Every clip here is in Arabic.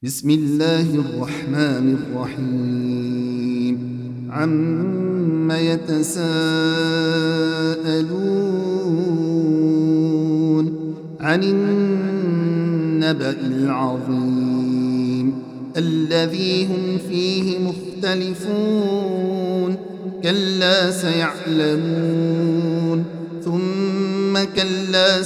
بسم الله الرحمن الرحيم عم يتساءلون عن النبأ العظيم الذي هم فيه مختلفون كلا سيعلمون ثم كلا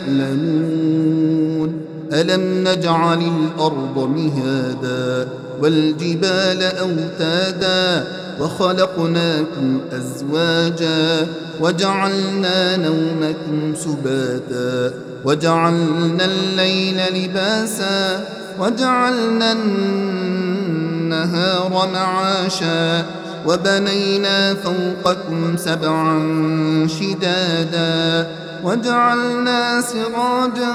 سيعلمون ألم نجعل الأرض مهادا والجبال أوتادا وخلقناكم أزواجا وجعلنا نومكم سباتا وجعلنا الليل لباسا وجعلنا النهار معاشا وبنينا فوقكم سبعا شدادا وجعلنا سراجا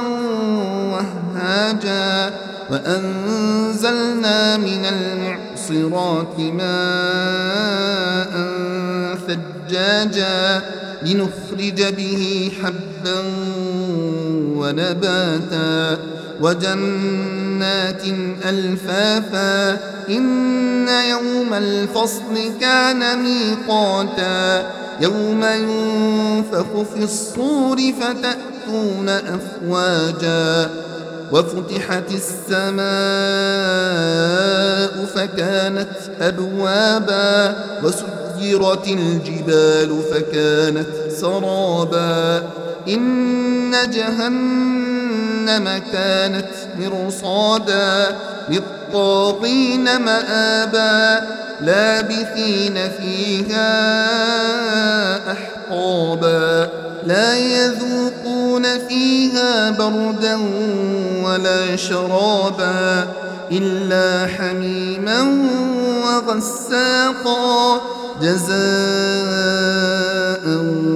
وهاجا وأنزلنا من المعصرات ماء ثجاجا لنخرج به حبا ونباتا وجنات ألفافا إن يوم الفصل كان ميقاتا يوم ينفخ في الصور فتأتون أفواجا وفتحت السماء فكانت أبوابا وسيرت الجبال فكانت سرابا إن جهنم كانت مرصادا للطاغين مآبا لابثين فيها أحقابا لا يذوقون فيها بردا ولا شرابا إلا حميما وغساقا جزاء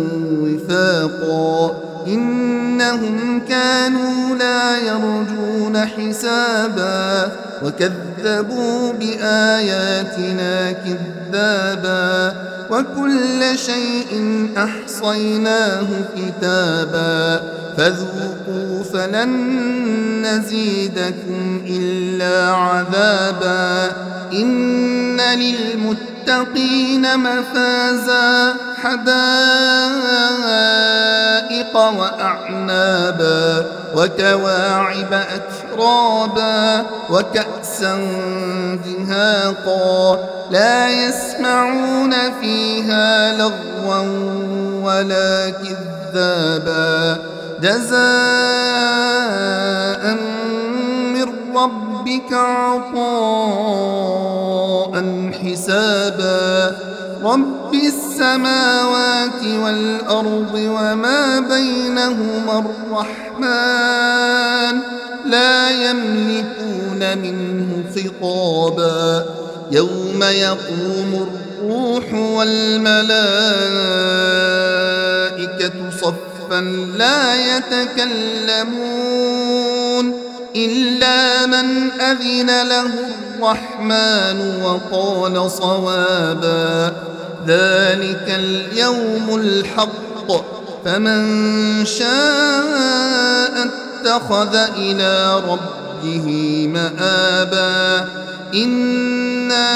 وفاقا إنهم كانوا لا يرجون حسابا وكذبوا بآياتنا كذابا وكل شيء أحصيناه كتابا فذوقوا فلن نزيدكم إلا عذابا إن للمتقين مفازا حدائق وأعنابا وكواعب أترابا وكأسا دهاقا لا يسمعون فيها لغوا ولا كذابا جزاء من ربك عطاء حسابا رب السماوات والأرض وما بينهما الرحمن لا يملكون منه خطابا يوم يقوم الروح والملائكة صفا لا يتكلمون إلا من أذن له الرحمن وقال صوابا ذلك اليوم الحق فمن شاء اتخذ إلى ربه مآبا إنا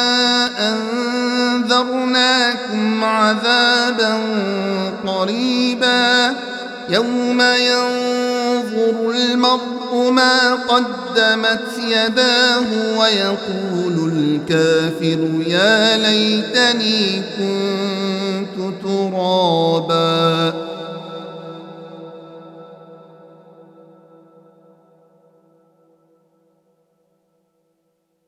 أنذرناكم عذابا قريبا يوم ينظر المرء ما قدمت يداه ويقول الكافر يا ليتني كنت